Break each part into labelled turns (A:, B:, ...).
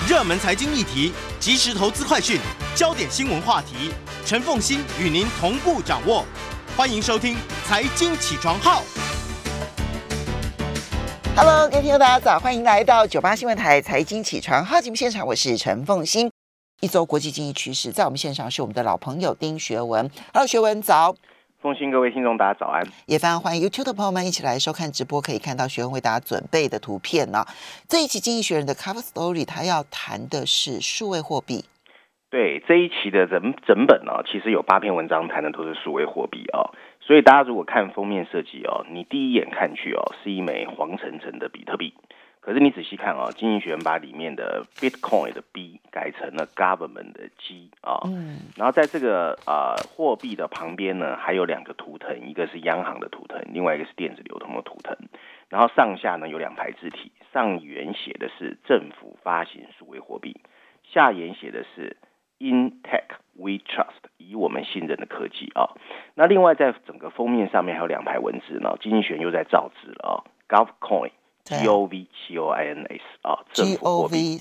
A: 热门财经议题、即时投资快讯、焦点新闻话题，陈凤馨与您同步掌握。欢迎收听《财经起床号》。
B: Hello， 各位听众大家早，欢迎来到98新闻台财经起床号节目现场，我是陈凤馨。一周国际经济趋势，在我们现场是我们的老朋友丁学文。Hello， 学文早。
C: 凤馨，各位听众大家早安，
B: 也非常欢迎 YouTube 的朋友们一起来收看直播，可以看到学文为大家准备的图片呢。这一期经济学人的 Cover Story， 他要谈的是数位货币。
C: 对，这一期的整本呢，其实有8篇文章谈的都是数位货币哦。所以大家如果看封面设计哦，你第一眼看去哦，是一枚黄澄澄的比特币。可是你仔细看哦，经济学人把里面的 Bitcoin 的 B 改成了 Government 的 G 啊、然后在这个货币的旁边呢，还有2个图腾，一个是央行的图腾，另外一个是电子流通的图腾。然后上下呢有2排字体，上沿写的是政府发行数位货币，下沿写的是 In Tech We Trust， 以我们信任的科技啊。那另外在整个封面上面还有2排文字呢，经济学人又在造字了GovCoin。GovCoins 政府货币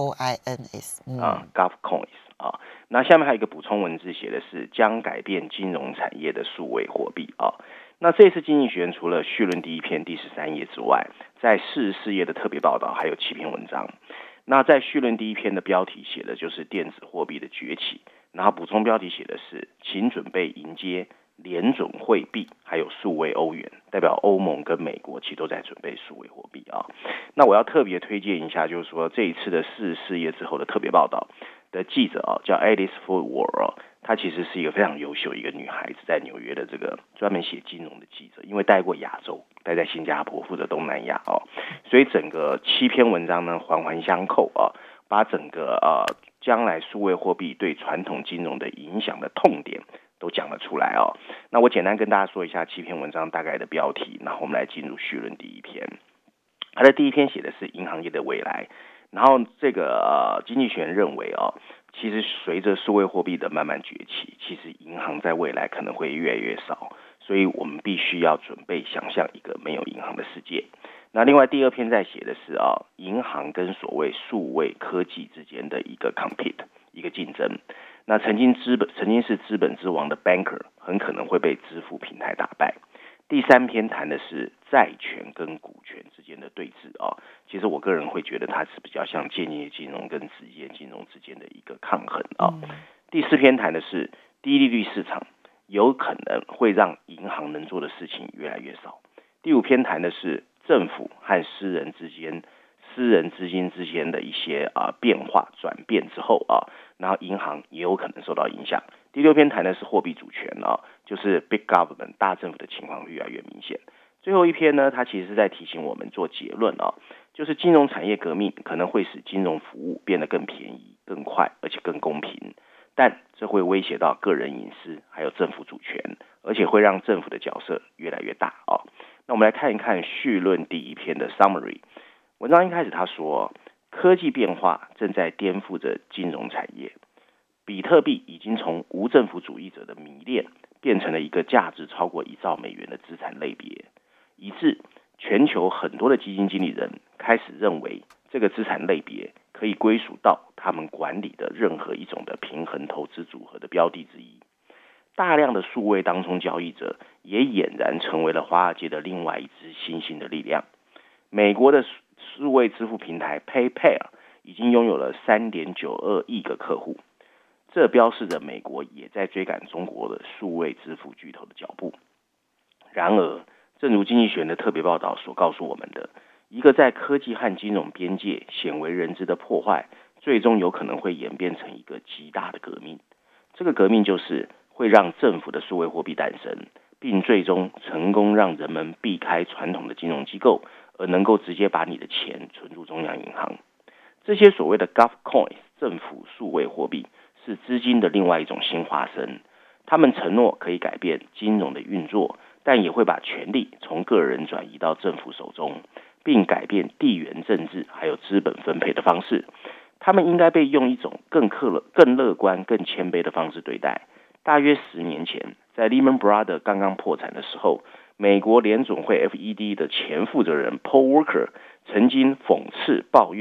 B: GovCoins
C: GovCoins 那下面还有一个补充文字写的是将改变金融产业的数位货币那这次经济学人除了序论第1篇第13页之外，在44页的特别报道还有7篇文章。那在序论第1篇的标题写的就是电子货币的崛起，然后补充标题写的是请准备迎接联准会币还有数位欧元，代表欧盟跟美国其实都在准备数位货币那我要特别推荐一下，就是说这一次的44页之后的特别报道的记者叫 Alice Woodward 她其实是一个非常优秀一个女孩子，在纽约的这个专门写金融的记者，因为待过亚洲，待在新加坡，负责东南亚所以整个7篇文章呢环环相扣把整个将来数位货币对传统金融的影响的痛点都讲了出来那我简单跟大家说一下7篇文章大概的标题，然后我们来进入序论第1篇。它的第1篇写的是银行业的未来，然后这个经济学人认为其实随着数位货币的慢慢崛起，其实银行在未来可能会越来越少，所以我们必须要准备想象一个没有银行的世界。那另外第2篇在写的是银行跟所谓数位科技之间的一个 compete， 一个竞争。那曾经是资本之王的 banker 很可能会被支付平台打败。第3篇谈的是债权跟股权之间的对峙其实我个人会觉得它是比较像间接金融跟直接金融之间的一个抗衡第4篇谈的是低利率市场有可能会让银行能做的事情越来越少。第5篇谈的是政府和私人资金之间的一些变化转变之后然后银行也有可能受到影响。第6篇谈的是货币主权就是 Big Government 大政府的情况越来越明显。最后一篇呢，它其实是在提醒我们做结论就是金融产业革命可能会使金融服务变得更便宜、更快而且更公平，但这会威胁到个人隐私还有政府主权，而且会让政府的角色越来越大那我们来看一看序论第1篇的 summary。 文章一开始他说，科技变化正在颠覆着金融产业，比特币已经从无政府主义者的迷恋变成了一个价值超过1兆美元的资产类别，以致全球很多的基金经理人开始认为这个资产类别可以归属到他们管理的任何一种的平衡投资组合的标的之一。大量的数位当中交易者也俨然成为了华尔街的另外一支新兴的力量。美国的数位支付平台 PayPal 已经拥有了 3.92 亿个客户，这标示着美国也在追赶中国的数位支付巨头的脚步。然而，正如经济学人的特别报道所告诉我们的，一个在科技和金融边界鲜为人知的破坏，最终有可能会演变成一个极大的革命。这个革命就是会让政府的数位货币诞生，并最终成功让人们避开传统的金融机构，而能够直接把你的钱存入中央银行。这些所谓的 GovCoins 政府数位货币是资金的另外一种新化身，他们承诺可以改变金融的运作，但也会把权力从个人转移到政府手中，并改变地缘政治还有资本分配的方式。他们应该被用一种更乐观、更谦卑的方式对待。大约10年前，在 Lehman Brothers 刚刚破产的时候，美国联准会 FED 的前负责人 Paul Volcker 曾经讽刺抱怨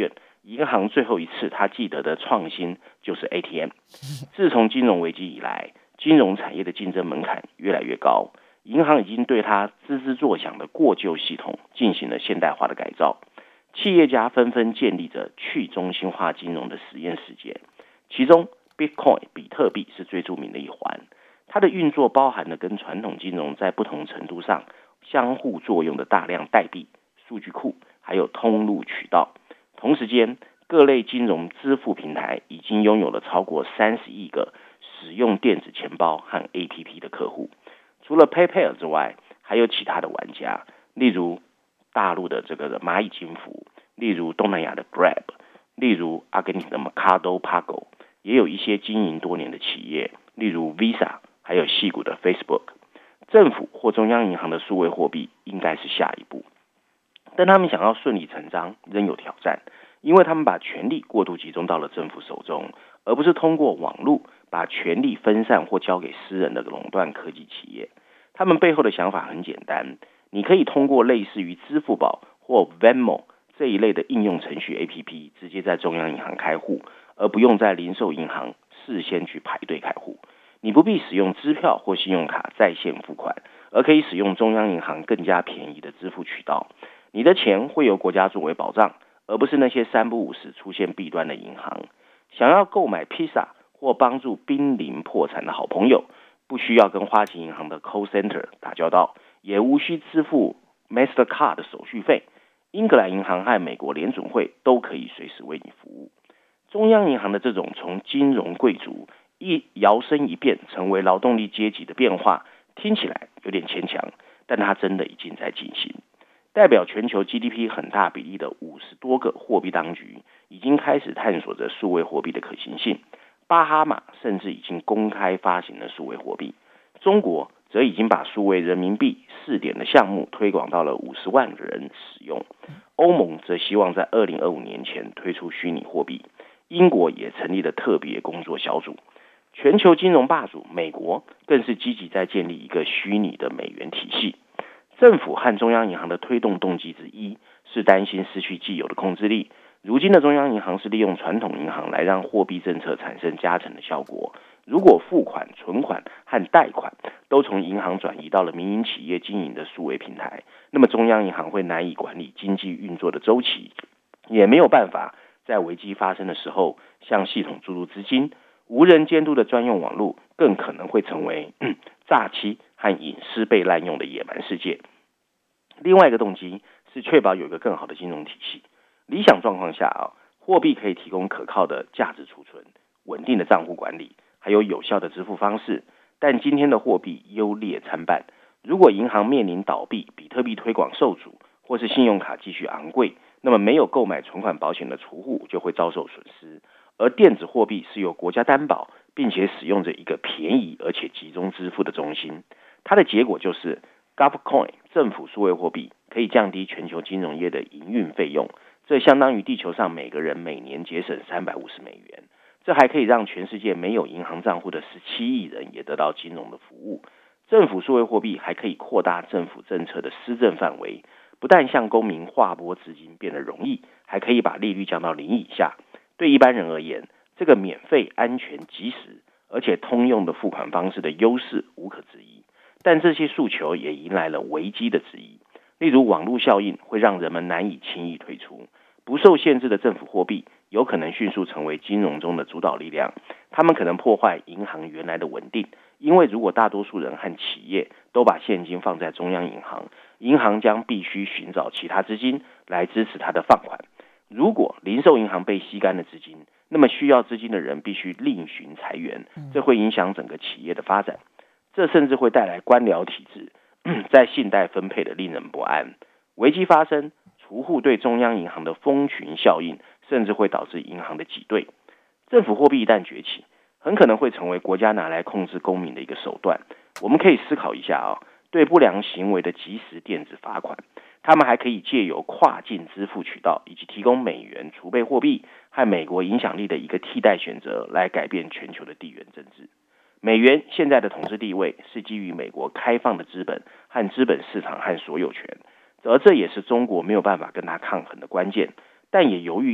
C: 银行最后一次他记得的创新就是 ATM。自从金融危机以来，金融产业的竞争门槛越来越高，银行已经对它滋滋作响的过旧系统进行了现代化的改造。企业家纷纷建立着去中心化金融的实验世界，其中 Bitcoin 比特币是最著名的一环。它的运作包含了跟传统金融在不同程度上相互作用的大量代币、数据库，还有通路渠道。同时间，各类金融支付平台已经拥有了超过30亿个使用电子钱包和 APP 的客户。除了 PayPal 之外，还有其他的玩家，例如大陆的蚂蚁金服，例如东南亚的 Grab， 例如阿根廷的 Mercado Pago， 也有一些经营多年的企业，例如 Visa， 还有矽谷的 Facebook。 政府或中央银行的数位货币应该是下一步，但他们想要顺理成章仍有挑战，因为他们把权力过度集中到了政府手中，而不是通过网络把权力分散或交给私人的垄断科技企业。他们背后的想法很简单，你可以通过类似于支付宝或 Venmo 这一类的应用程序 APP 直接在中央银行开户，而不用在零售银行事先去排队开户。你不必使用支票或信用卡在线付款，而可以使用中央银行更加便宜的支付渠道。你的钱会由国家作为保障，而不是那些三不五时出现弊端的银行。想要购买披萨或帮助濒临破产的好朋友，不需要跟花旗银行的 call center 打交道，也无需支付 Mastercard 的手续费。英格兰银行和美国联准会都可以随时为你服务。中央银行的这种从金融贵族一摇身一变成为劳动力阶级的变化，听起来有点牵强，但它真的已经在进行。代表全球 GDP 很大比例的50多个货币当局已经开始探索着数位货币的可行性。巴哈马甚至已经公开发行了数位货币，中国则已经把数位人民币试点的项目推广到了50万人使用。欧盟则希望在2025年前推出虚拟货币，英国也成立了特别工作小组。全球金融霸主美国更是积极在建立一个虚拟的美元体系。政府和中央银行的推动动机之一是担心失去既有的控制力。如今的中央银行是利用传统银行来让货币政策产生加成的效果。如果付款、存款和贷款都从银行转移到了民营企业经营的数位平台，那么中央银行会难以管理经济运作的周期，也没有办法在危机发生的时候向系统注入资金。无人监督的专用网络更可能会成为诈欺和隐私被滥用的野蛮世界。另外一个动机是确保有一个更好的金融体系。理想状况下货币可以提供可靠的价值储存、稳定的账户管理，还有有效的支付方式。但今天的货币优劣参半，如果银行面临倒闭、比特币推广受阻，或是信用卡继续昂贵，那么没有购买存款保险的储户就会遭受损失。而电子货币是由国家担保，并且使用着一个便宜而且集中支付的中心。它的结果就是 GovCoin 政府数位货币可以降低全球金融业的营运费用，这相当于地球上每个人每年节省350美元。这还可以让全世界没有银行账户的17亿人也得到金融的服务。政府数位货币还可以扩大政府政策的施政范围，不但向公民划拨资金变得容易，还可以把利率降到0以下。对一般人而言，这个免费、安全、及时而且通用的付款方式的优势无可置疑。但这些诉求也迎来了危机的质疑，例如网络效应会让人们难以轻易退出。不受限制的政府货币有可能迅速成为金融中的主导力量，他们可能破坏银行原来的稳定，因为如果大多数人和企业都把现金放在中央银行，银行将必须寻找其他资金来支持它的放款。如果零售银行被吸干了资金，那么需要资金的人必须另寻财源，这会影响整个企业的发展。这甚至会带来官僚体制在信贷分配的令人不安。危机发生，储户对中央银行的蜂群效应甚至会导致银行的挤兑。政府货币一旦崛起，很可能会成为国家拿来控制公民的一个手段。我们可以思考一下对不良行为的即时电子罚款，他们还可以借由跨境支付渠道以及提供美元储备货币和美国影响力的一个替代选择来改变全球的地缘政治。美元现在的统治地位是基于美国开放的资本和资本市场和所有权，而这也是中国没有办法跟它抗衡的关键。但也由于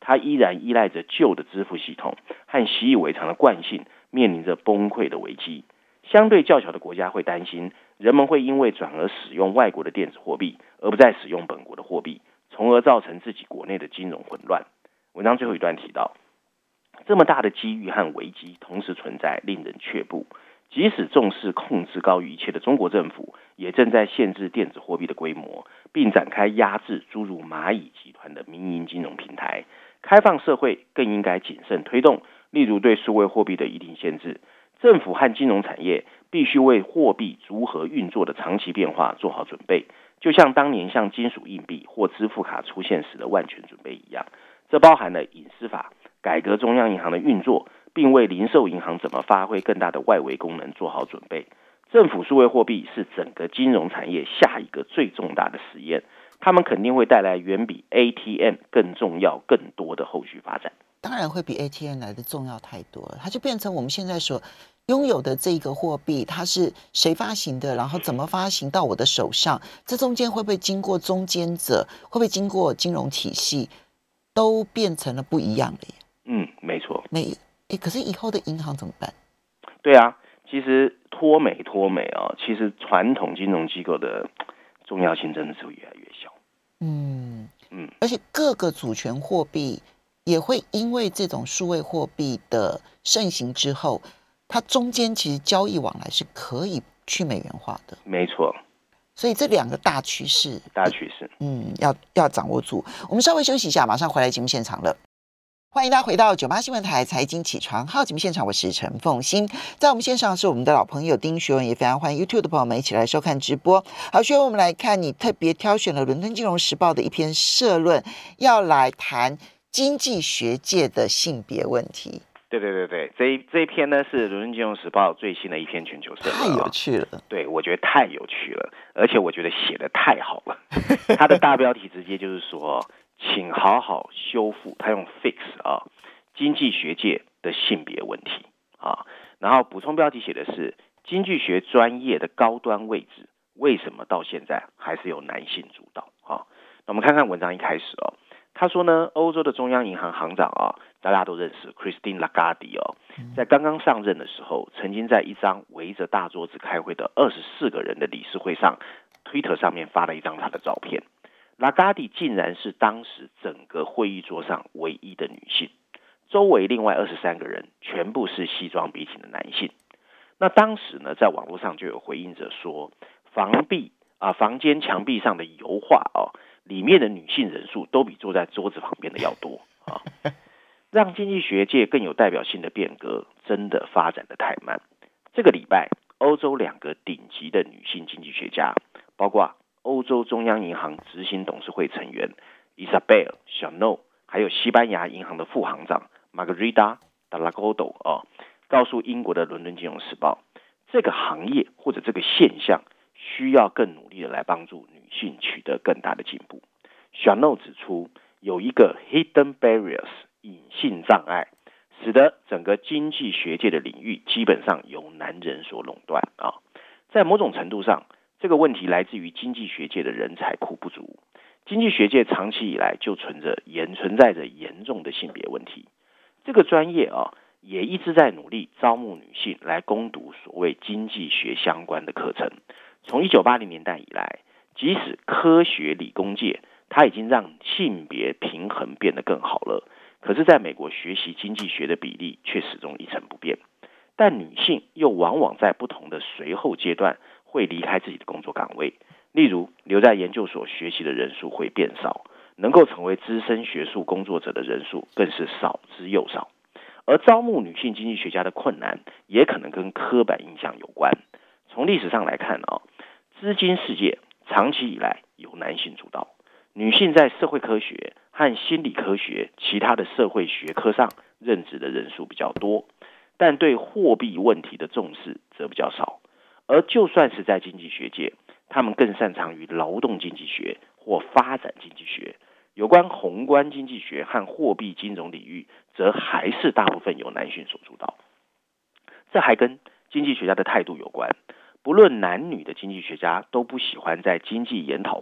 C: 它依然依赖着旧的支付系统和习以为常的惯性，面临着崩溃的危机。相对较小的国家会担心，人们会因为转而使用外国的电子货币，而不再使用本国的货币，从而造成自己国内的金融混乱。文章最后一段提到，这么大的机遇和危机同时存在，令人却步。即使重视控制高于一切的中国政府，也正在限制电子货币的规模，并展开压制诸如蚂蚁集团的民营金融平台。开放社会更应该谨慎推动，例如对数位货币的一定限制。政府和金融产业必须为货币如何运作的长期变化做好准备，就像当年向金属硬币或支付卡出现时的万全准备一样。这包含了隐私法、改革中央银行的运作，并为零售银行怎么发挥更大的外围功能做好准备。政府数位货币是整个金融产业下一个最重大的实验，他们肯定会带来远比 ATM 更重要、更多的后续发展。
B: 当然会比 ATM 来的重要太多了，它就变成我们现在所拥有的这个货币，它是谁发行的，然后怎么发行到我的手上，这中间会不会经过中间者，会不会经过金融体系，都变成了不一样的耶。
C: 没错。
B: 可是以后的银行怎么办？
C: 对啊，其实脱美其实传统金融机构的重要性真的是越来越小。
B: 而且各个主权货币也会因为这种数位货币的盛行之后，它中间其实交易往来是可以去美元化的。
C: 没错。
B: 所以这两个大趋势，要掌握住。我们稍微休息一下，马上回来节目现场了。欢迎大家回到98新闻台财经起床号节目现场，我是陈凤馨。在我们线上是我们的老朋友丁学文，也非常欢迎 YouTube 的朋友们一起来收看直播。好，学文，我们来看你特别挑选了伦敦金融时报的一篇社论，要来谈经济学界的性别问题。
C: 对，这一篇呢是伦敦金融时报最新的一篇全球社论，
B: 太有趣了。
C: 对，我觉得太有趣了，而且我觉得写得太好了。它的大标题直接就是说，请好好修复，他用 fix 经济学界的性别问题然后补充标题写的是经济学专业的高端位置为什么到现在还是由男性主导那我们看看文章一开始他说呢，欧洲的中央银行行长大家都认识 Christine Lagarde 在刚刚上任的时候，曾经在一张围着大桌子开会的24个人的理事会上 Twitter 上面发了一张他的照片。Lagarde 竟然是当时整个会议桌上唯一的女性，周围另外23个人全部是西装笔挺的男性。那当时呢，在网络上就有回应者说，房间墙壁上的油画里面的女性人数都比坐在桌子旁边的要多让经济学界更有代表性的变革真的发展得太慢。这个礼拜，欧洲2个顶级的女性经济学家，包括欧洲中央银行执行董事会成员 Isabel Chanot， 还有西班牙银行的副行长 Margarita Dalagodo 告诉英国的伦敦金融时报，这个行业或者这个现象需要更努力的来帮助女性取得更大的进步。Chanot 指出，有一个 hidden barriers 隐性障碍，使得整个经济学界的领域基本上由男人所垄断在某种程度上，这个问题来自于经济学界的人才库不足。经济学界长期以来就存在着严重的性别问题。这个专业也一直在努力招募女性来攻读所谓经济学相关的课程。从1980年代以来，即使科学理工界它已经让性别平衡变得更好了，可是在美国学习经济学的比例却始终一成不变。但女性又往往在不同的随后阶段会离开自己的工作岗位，例如留在研究所学习的人数会变少，能够成为资深学术工作者的人数更是少之又少。而招募女性经济学家的困难也可能跟刻板印象有关。从历史上来看资金世界长期以来由男性主导，女性在社会科学和心理科学其他的社会学科上任职的人数比较多，但对货币问题的重视则比较少。而就算是在经济学界，他们更擅长于劳动经济学或发展经济学，有关宏观经济学和货币金融领域则还是大部分由男性所主导。这还跟经济学家的态度有关，不论男女的经济学家都不喜欢在经济研讨会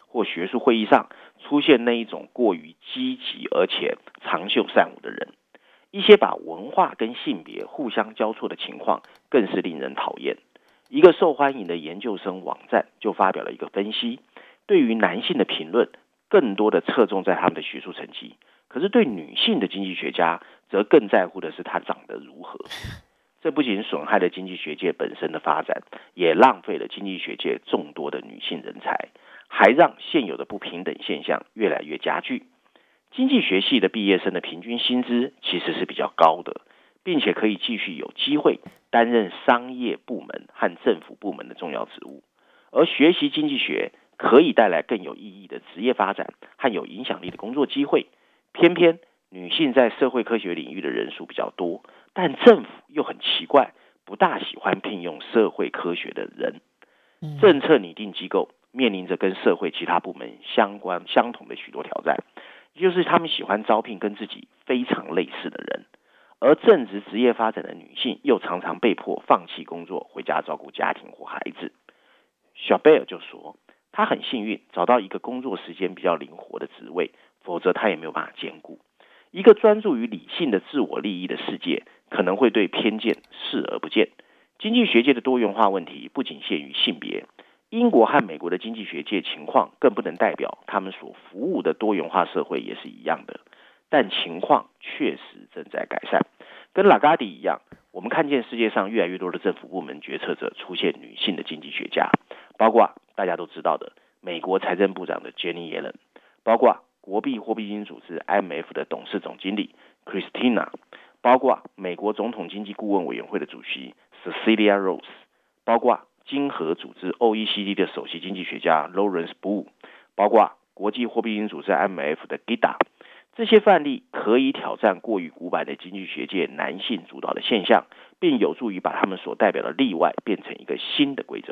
C: 或学术会议上出现那一种过于积极而且长袖善舞的人。一些把文化跟性别互相交错的情况更是令人讨厌。一个受欢迎的研究生网站就发表了一个分析，对于男性的评论更多的侧重在他们的学术成绩，可是对女性的经济学家则更在乎的是她长得如何。这不仅损害了经济学界本身的发展，也浪费了经济学界众多的女性人才，还让现有的不平等现象越来越加剧。经济学系的毕业生的平均薪资其实是比较高的，并且可以继续有机会担任商业部门和政府部门的重要职务。而学习经济学可以带来更有意义的职业发展和有影响力的工作机会。偏偏女性在社会科学领域的人数比较多，但政府又很奇怪，不大喜欢聘用社会科学的人。政策拟定机构面临着跟社会其他部门相同的许多挑战，也就是他们喜欢招聘跟自己非常类似的人，而正值职业发展的女性又常常被迫放弃工作，回家照顾家庭或孩子。小贝尔就说，他很幸运找到一个工作时间比较灵活的职位，否则他也没有办法兼顾。一个专注于理性的自我利益的世界，可能会对偏见视而不见。经济学界的多元化问题不仅限于性别，英国和美国的经济学界情况更不能代表他们所服务的多元化社会也是一样的，但情况确实正在改善。跟拉加迪一样，我们看见世界上越来越多的政府部门决策者出现女性的经济学家，包括大家都知道的美国财政部长的 Janet Yellen， 包括国际货币基金组织 IMF 的董事总经理 Christina， 包括美国总统经济顾问委员会的主席 Cecilia Rose， 包括经合组织 OECD 的首席经济学家 Lawrence Boone， 包括国际货币基金组织 IMF 的 Gita。 这些范例可以挑战过于古板的经济学界男性主导的现象，并有助于把他们所代表的例外变成一个新的规则。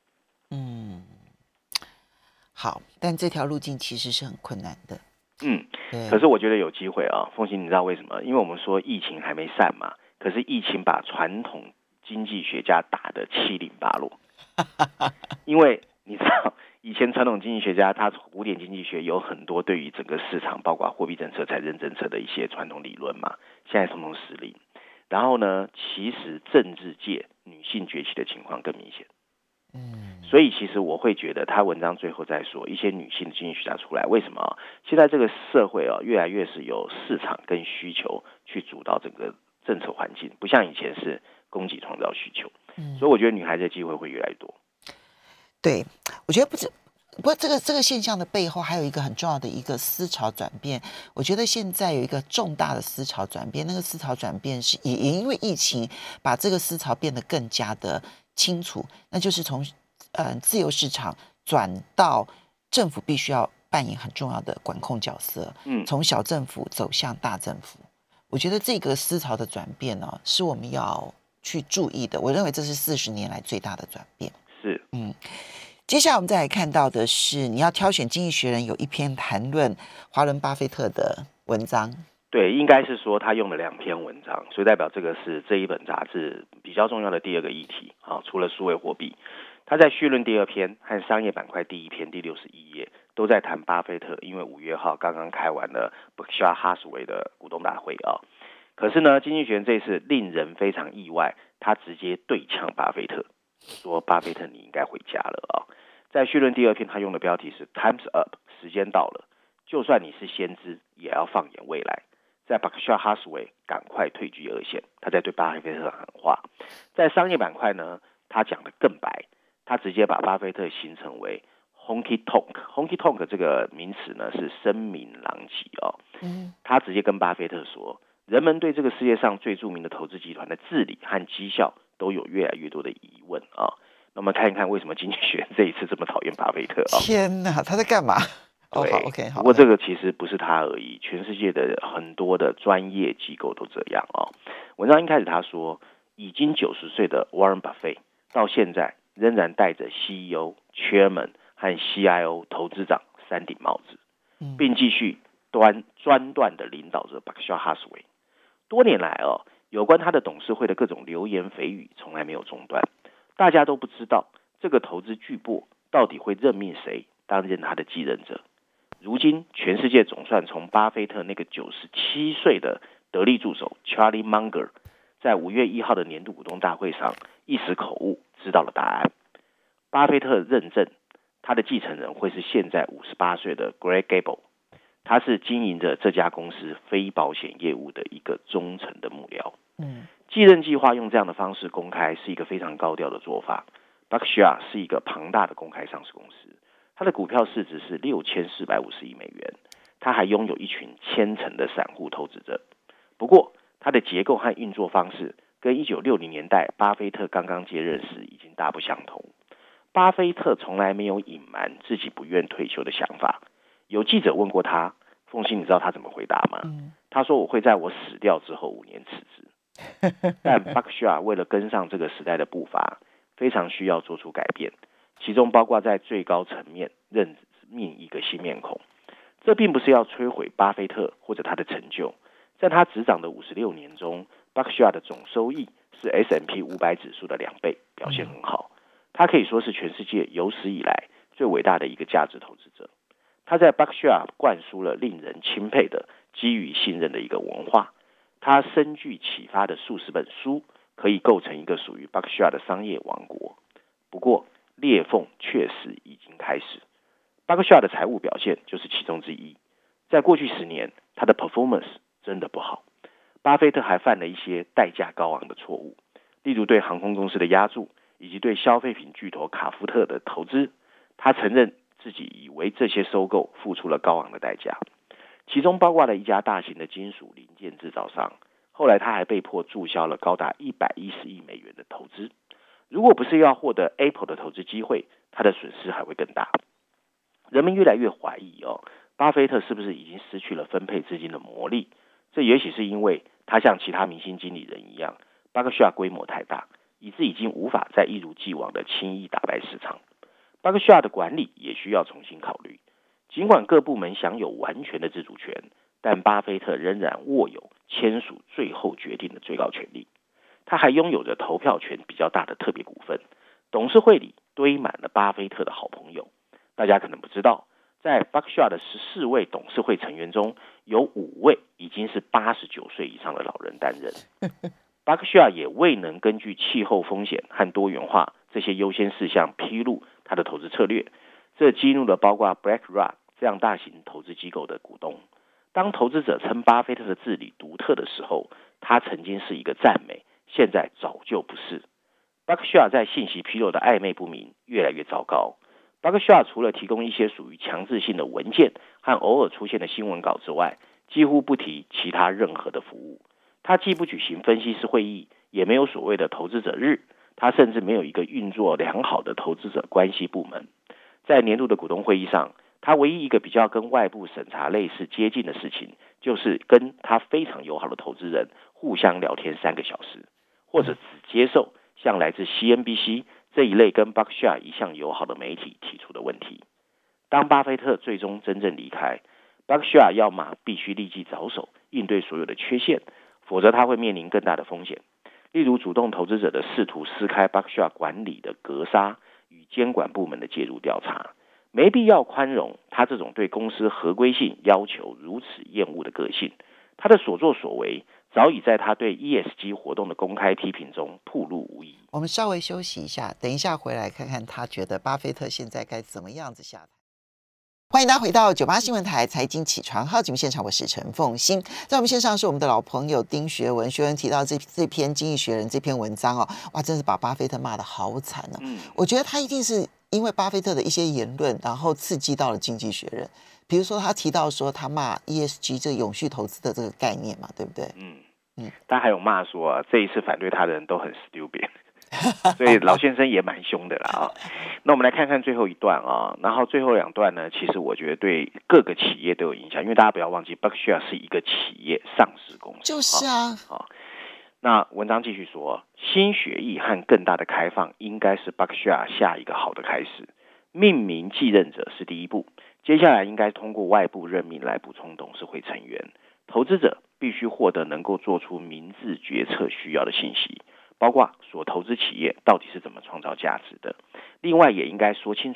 B: 好，但这条路径其实是很困难的。
C: 可是我觉得有机会啊。凤馨，你知道为什么？因为我们说疫情还没散嘛，可是疫情把传统经济学家打得七零八落。因为你知道，以前传统经济学家他古典经济学有很多对于整个市场，包括货币政策、财政政策的一些传统理论嘛，现在统统失灵。然后呢，其实政治界女性崛起的情况更明显。所以其实我会觉得他文章最后在说一些女性的经济学家出来，为什么现在这个社会越来越是由市场跟需求去主导整个政策环境，不像以前是供给创造需求。所以我觉得女孩子的机会会越来越多。
B: 对，我觉得不过这个现象的背后还有一个很重要的一个思潮转变。我觉得现在有一个重大的思潮转变，那个思潮转变是也因为疫情把这个思潮变得更加的清楚，那就是从自由市场转到政府必须要扮演很重要的管控角色，从小政府走向大政府。我觉得这个思潮的转变呢，是我们要去注意的。我认为这是40年来最大的转变。
C: 是，
B: 接下来我们再来看到的是，你要挑选《经济学人》有一篇谈论华伦巴菲特的文章。
C: 对，应该是说他用了2篇文章，所以代表这个是这一本杂志比较重要的第2个议题除了数位货币。他在序论第2篇和商业板块第1篇第61页都在谈巴菲特，因为5月号刚刚开完了 Berkshire Hathaway 的股东大会可是呢，经济学人这次令人非常意外，他直接对呛巴菲特，说巴菲特你应该回家了在序论第2篇，他用的标题是 Time's Up， 时间到了，就算你是先知，也要放眼未来。在 Berkshire Hathaway 赶快退居二线，他在对巴菲特喊话。在商业板块呢，他讲得更白，他直接把巴菲特形成为 honky tonk。honky tonk 这个名词呢是声名狼藉他直接跟巴菲特说，人们对这个世界上最著名的投资集团的治理和绩效都有越来越多的疑问那么看一看为什么经济学人这一次这么讨厌巴菲特
B: 天哪，他在干嘛？
C: 对，
B: 好 OK， 好。
C: 不过这个其实不是他而已，全世界的很多的专业机构都这样文章一开始他说，已经90岁的 Warren Buffett 到现在仍然戴着 CEO、Chairman 和 CIO 投资长3顶帽子，并继续专断的领导着 Berkshire Hathaway。多年来有关他的董事会的各种流言蜚语从来没有中断，大家都不知道这个投资巨擘到底会任命谁担任他的继任者。如今全世界总算从巴菲特那个97岁的得力助手 Charlie Munger 在5月1号的年度股东大会上一时口误，知道了答案。巴菲特认证他的继承人会是现在58岁的 Greg Gable， 他是经营着这家公司非保险业务的一个忠诚的幕僚。继任计划用这样的方式公开是一个非常高调的做法。Berkshire 是一个庞大的公开上市公司，它的股票市值是6450亿美元，它还拥有一群虔诚的散户投资者。不过它的结构和运作方式跟1960年代巴菲特刚刚接任时已经大不相同。巴菲特从来没有隐瞒自己不愿退休的想法。有记者问过他，凤馨你知道他怎么回答吗？他说我会在我死掉之后5年辞职。但 Berkshire 为了跟上这个时代的步伐，非常需要做出改变，其中包括在最高层面任命一个新面孔。这并不是要摧毁巴菲特或者他的成就，在他执掌的56年中， Berkshire 的总收益是 S&P 500指数的2倍，表现很好。他可以说是全世界有史以来最伟大的一个价值投资者。他在 Berkshire 灌输了令人钦佩的基于信任的一个文化。他深具启发的数十本书可以构成一个属于 Berkshire 的商业王国。不过裂缝确实已经开始。Berkshire 的财务表现就是其中之一。在过去10年，他的 performance 真的不好。巴菲特还犯了一些代价高昂的错误，例如对航空公司的押注，以及对消费品巨头卡夫特的投资。他承认自己以为这些收购付出了高昂的代价，其中包括了一家大型的金属零件制造商。后来他还被迫注销了高达110亿美元的投资。如果不是要获得 Apple 的投资机会，他的损失还会更大。人们越来越怀疑巴菲特是不是已经失去了分配资金的魔力？这也许是因为他像其他明星经理人一样， Berkshire 规模太大，以致已经无法再一如既往的轻易打败市场。Berkshire 的管理也需要重新考虑。尽管各部门享有完全的自主权，但巴菲特仍然握有签署最后决定的最高权力。他还拥有着投票权比较大的特别股份。董事会里堆满了巴菲特的好朋友。大家可能不知道，在 Berkshire 的14位董事会成员中，有5位已经是89岁以上的老人担任。Berkshire 也未能根据气候风险和多元化这些优先事项披露他的投资策略，这激怒了包括 BlackRock 这样大型投资机构的股东。当投资者称巴菲特的治理独特的时候，他曾经是一个赞美，现在早就不是。Berkshire 在信息披露的暧昧不明越来越糟糕。Berkshire 除了提供一些属于强制性的文件和偶尔出现的新闻稿之外，几乎不提其他任何的服务。他既不举行分析师会议，也没有所谓的投资者日，他甚至没有一个运作良好的投资者关系部门。在年度的股东会议上，他唯一一个比较跟外部审查类似接近的事情，就是跟他非常友好的投资人互相聊天3个小时，或者只接受像来自 CNBC 这一类跟 Berkshire 一向友好的媒体提出的问题。当巴菲特最终真正离开， Berkshire 要么必须立即着手应对所有的缺陷，否则他会面临更大的风险，例如主动投资者的试图撕开 Berkshire 管理的格杀与监管部门的介入调查。没必要宽容他这种对公司合规性要求如此厌恶的个性。他的所作所为早已在他对 ESG 活动的公开批评中暴露无遗。
B: 我们稍微休息一下，等一下回来看看他觉得巴菲特现在该怎么样子下台。欢迎大家回到98新闻台财经起床号节目现场，我是陈凤馨。在我们线上是我们的老朋友丁学文，学文提到这篇《经济学人》这篇文章哇，真是把巴菲特骂得好惨我觉得他一定是因为巴菲特的一些言论，然后刺激到了《经济学人》。比如说他提到说他骂 ESG 这个永续投资的这个概念嘛，对不对？
C: 他还有骂说这一次反对他的人都很 stupid。所以老先生也蛮凶的啦那我们来看看最后一段然后最后2段呢，其实我觉得对各个企业都有影响，因为大家不要忘记 Berkshire 是一个企业上市公司。
B: 就是
C: 那文章继续说，新血液和更大的开放应该是 Berkshire 下一个好的开始。命名继任者是第一步，接下来应该通过外部任命来补充董事会成员。投资者必须获得能够做出明智决策需要的信息，包括所投资企业到底是怎么创造价值的。另外也应该说清楚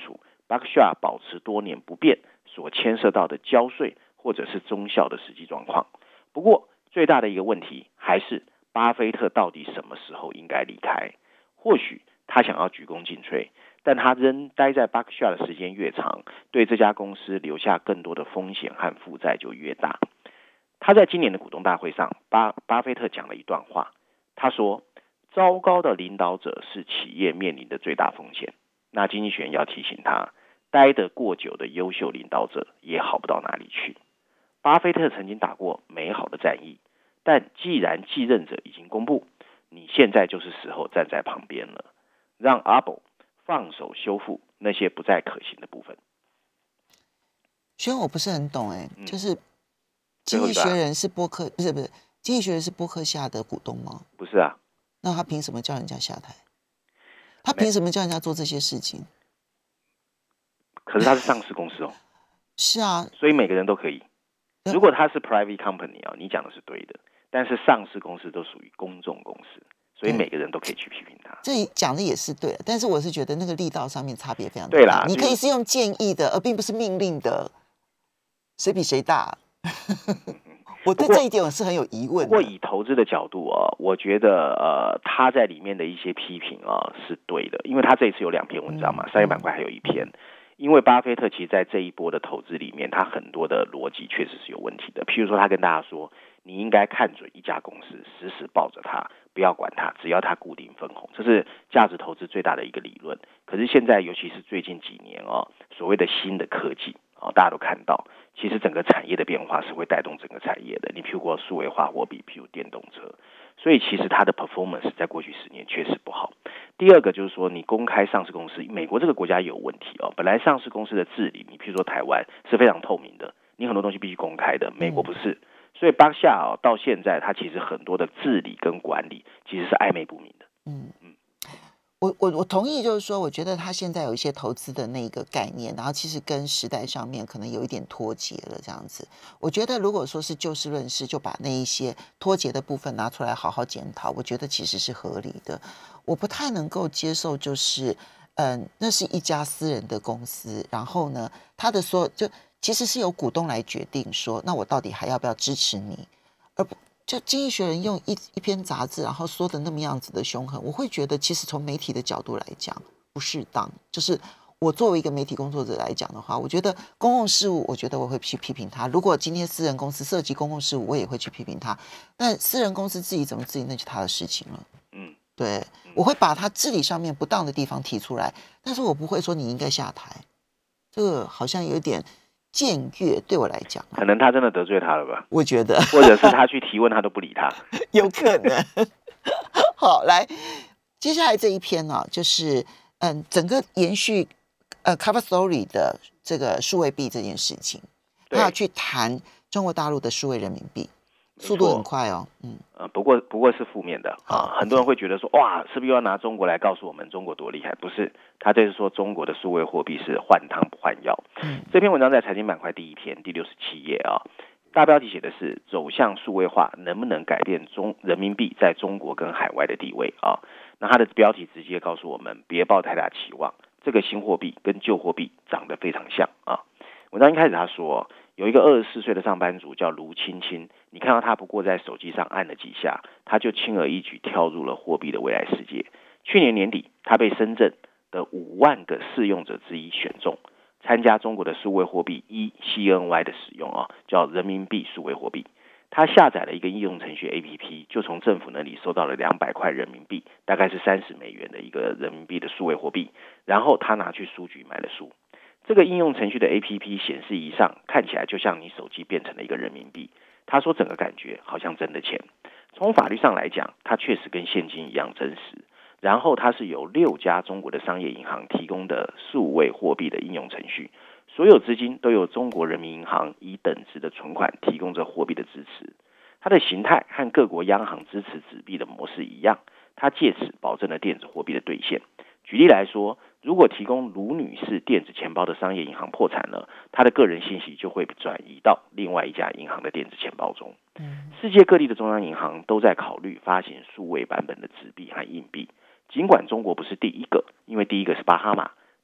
C: Buckshot 保持多年不变所牵涉到的交税或者是中效的实际状况。不过最大的一个问题还是巴菲特到底什么时候应该离开？或许他想要鞠躬尽瘁，但他仍待在 Buckshot 的时间越长，对这家公司留下更多的风险和负债就越大。他在今年的股东大会上，巴菲特讲了一段话，他说：糟糕的领导者是企业面临的最大风险。那经济学人要提醒他，待得过久的优秀领导者也好不到哪里去。巴菲特曾经打过美好的战役，但既然继任者已经公布，你现在就是时候站在旁边了，让阿宝放手修复那些不再可行的部分。
B: 虽然我不是很懂就是经济学人是波克，不是经济学人是波克夏的股东吗？
C: 不是啊。
B: 那他凭什么叫人家下台？他凭什么叫人家做这些事情？
C: 可是他是上市公司哦。
B: 是啊，
C: 所以每个人都可以。如果他是 private company 你讲的是对的，但是上市公司都属于公众公司，所以每个人都可以去批评他。
B: 这讲的也是对的，但是我是觉得那个力道上面差别非常大。
C: 对啦，
B: 你可以是用建议的，而并不是命令的，谁比谁大？我对这一点我是很有疑问的。
C: 不过以投资的角度我觉得他在里面的一些批评是对的，因为他这一次有2篇文章嘛，商业板块还有1篇。因为巴菲特其实在这一波的投资里面，他很多的逻辑确实是有问题的。譬如说他跟大家说，你应该看准一家公司，死死抱着它，不要管它，只要它固定分红，这是价值投资最大的一个理论。可是现在尤其是最近几年所谓的新的科技大家都看到，其实整个产业的变化是会带动整个产业的。你譬如说数位化货币，譬如电动车，所以其实它的 performance 在过去10年确实不好。第二个就是说，你公开上市公司，美国这个国家有问题本来上市公司的治理，你譬如说台湾是非常透明的，你很多东西必须公开的，美国不是。所以巴夏到现在，它其实很多的治理跟管理其实是暧昧不明的。
B: 我同意，就是说，我觉得他现在有一些投资的那个概念，然后其实跟时代上面可能有一点脱节了，这样子。我觉得如果说是就事论事，就把那一些脱节的部分拿出来好好检讨，我觉得其实是合理的。我不太能够接受，就是那是一家私人的公司，然后呢，他的所有就其实是由股东来决定说，那我到底还要不要支持你，而不。就经济学人用一篇杂志，然后说的那么样子的凶狠，我会觉得其实从媒体的角度来讲不适当。就是我作为一个媒体工作者来讲的话，我觉得公共事务，我觉得我会去批评他。如果今天私人公司涉及公共事务，我也会去批评他。但私人公司自己怎么治理，那就是他的事情了。对，我会把他治理上面不当的地方提出来，但是我不会说你应该下台。这个好像有点僭越，对我来讲，
C: 可能他真的得罪他了吧？
B: 我觉得，
C: 或者是他去提问，他都不理他，
B: 有可能。好，来，接下来这一篇就是整个延续cover story 的这个数位币这件事情，他要去谈中国大陆的数位人民币，速度很快
C: 不过是负面的很多人会觉得说，哇，是不是又要拿中国来告诉我们中国多厉害？不是，他这是说中国的数位货币是换汤不换药。这篇文章在财经板块第1篇第67页大标题写的是走向数位化能不能改变人民币在中国跟海外的地位那它的标题直接告诉我们，别抱太大期望，这个新货币跟旧货币长得非常像文章一开始他说，有一个24岁的上班族叫卢青青，你看到他不过在手机上按了几下，他就轻而易举跳入了货币的未来世界。去年年底，他被深圳的5万个试用者之一选中，参加中国的数位货币 eCNY 的使用叫人民币数位货币。他下载了一个应用程序 APP， 就从政府那里收到了200块人民币，大概是30美元的一个人民币的数位货币，然后他拿去书局买了书。这个应用程序的 APP 显示仪上看起来就像你手机变成了一个人民币，他说整个感觉好像真的钱。从法律上来讲，它确实跟现金一样真实。然后它是由6家中国的商业银行提供的数位货币的应用程序，所有资金都由中国人民银行以等值的存款提供着货币的支持。它的形态和各国央行支持纸币的模式一样，它借此保证了电子货币的兑现。举例来说，如果提供卢女士电子钱包的商业银行破产了，她的个人信息就会转移到另外一家银行的电子钱包中。世界各地的中央银行都在考虑发行数位版本的纸币和硬币，尽管中国不是第一个，因为第一个是巴哈马，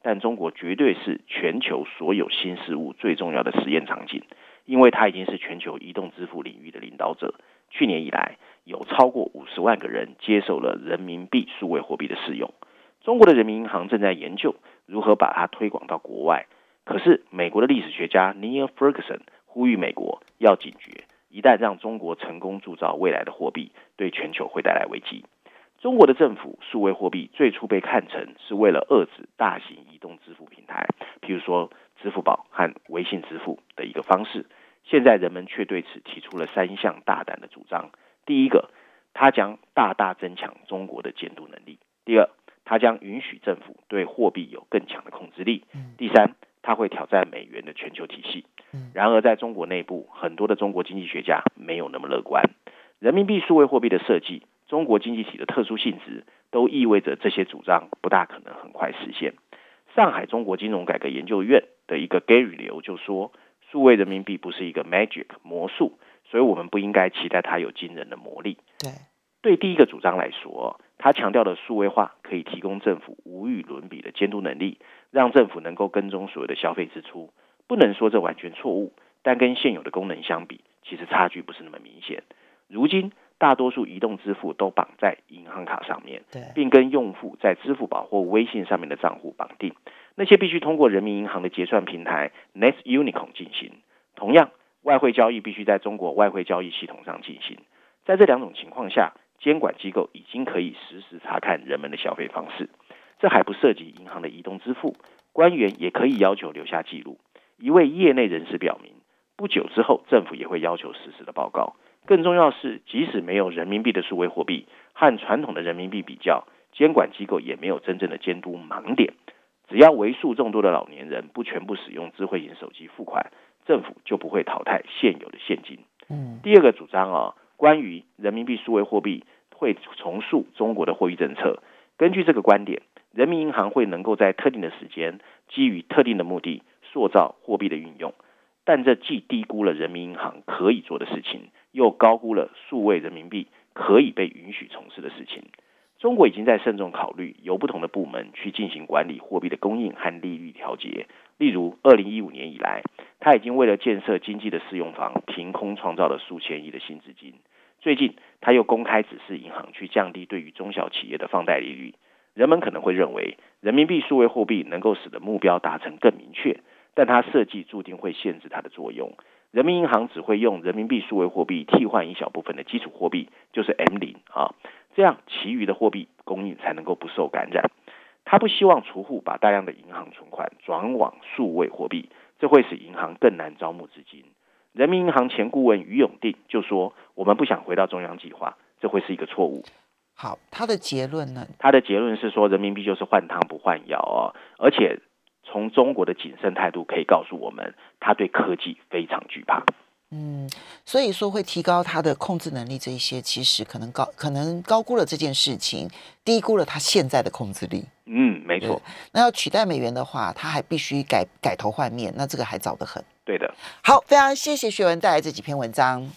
C: 但中国绝对是全球所有新事物最重要的实验场景，因为它已经是全球移动支付领域的领导者。去年以来，有超过50万个人接受了人民币数位货币的适用。中国的人民银行正在研究如何把它推广到国外。可是，美国的历史学家 Neil Ferguson 呼吁美国要警觉，一旦让中国成功铸造未来的货币，对全球会带来危机。中国的政府数位货币最初被看成是为了遏制大型移动支付平台，譬如说支付宝和微信支付的一个方式。现在人们却对此提出了3项大胆的主张。第一个，它将大大增强中国的监督能力；第二，它将允许政府对货币有更强的控制力；第三，它会挑战美元的全球体系。然而，在中国内部，很多的中国经济学家没有那么乐观。人民币数位货币的设计，中国经济体的特殊性质，都意味着这些主张不大可能很快实现。上海中国金融改革研究院的一个 Gary 刘就说，数位人民币不是一个 magic 魔术，所以我们不应该期待它有惊人的魔力。对第一个主张来说，他强调的数位化可以提供政府无与伦比的监督能力，让政府能够跟踪所有的消费支出。不能说这完全错误，但跟现有的功能相比，其实差距不是那么明显。如今大多数移动支付都绑在银行卡上面，并跟用户在支付宝或微信上面的账户绑定，那些必须通过人民银行的结算平台 Next Unicom 进行。同样，外汇交易必须在中国外汇交易系统上进行。在这2种情况下，监管机构已经可以实时查看人们的消费方式。这还不涉及银行的移动支付，官员也可以要求留下记录。一位业内人士表明，不久之后政府也会要求实时的报告。更重要是，即使没有人民币的数位货币，和传统的人民币比较，监管机构也没有真正的监督盲点。只要为数众多的老年人不全部使用智慧型手机付款，政府就不会淘汰现有的现金。第二个主张关于人民币数位货币会重塑中国的货币政策。根据这个观点，人民银行会能够在特定的时间，基于特定的目的，塑造货币的运用。但这既低估了人民银行可以做的事情，又高估了数位人民币可以被允许从事的事情。中国已经在慎重考虑由不同的部门去进行管理货币的供应和利率调节。例如2015年以来，他已经为了建设经济的适用房凭空创造了数千亿的新资金。最近他又公开指示银行去降低对于中小企业的放贷利率。人们可能会认为人民币数位货币能够使得目标达成更明确，但它设计注定会限制它的作用。人民银行只会用人民币数位货币替换一小部分的基础货币，就是 M0这样其余的货币供应才能够不受感染。他不希望储户把大量的银行存款转往数位货币，这会使银行更难招募资金。人民银行前顾问于永定就说，我们不想回到中央计划，这会是一个错误。
B: 好，他的结论呢？
C: 他的结论是说，人民币就是换汤不换药而且从中国的谨慎态度可以告诉我们，他对科技非常惧怕。
B: 所以说会提高他的控制能力，这一些其实可能高估了这件事情，低估了他现在的控制力。
C: 没错。
B: 那要取代美元的话，他还必须改头换面，那这个还早得很。
C: 对的。
B: 好，非常谢谢学文带来这几篇文章。